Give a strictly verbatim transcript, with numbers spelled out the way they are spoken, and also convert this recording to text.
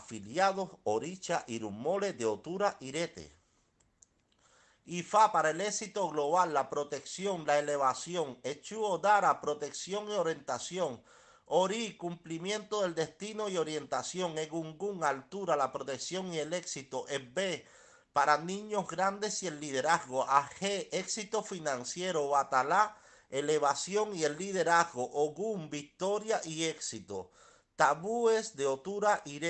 afiliados, Oricha, Irumole, de Otura, Irete. Y Fa para el éxito global, la protección, la elevación. Echu Odara, protección y orientación. Ori, cumplimiento del destino y orientación. Egungun, altura, la protección y el éxito. Ebe, para niños grandes y el liderazgo. Aje, éxito financiero. Batalá, elevación y el liderazgo. Ogún, victoria y éxito. Tabúes de Otura, Irete.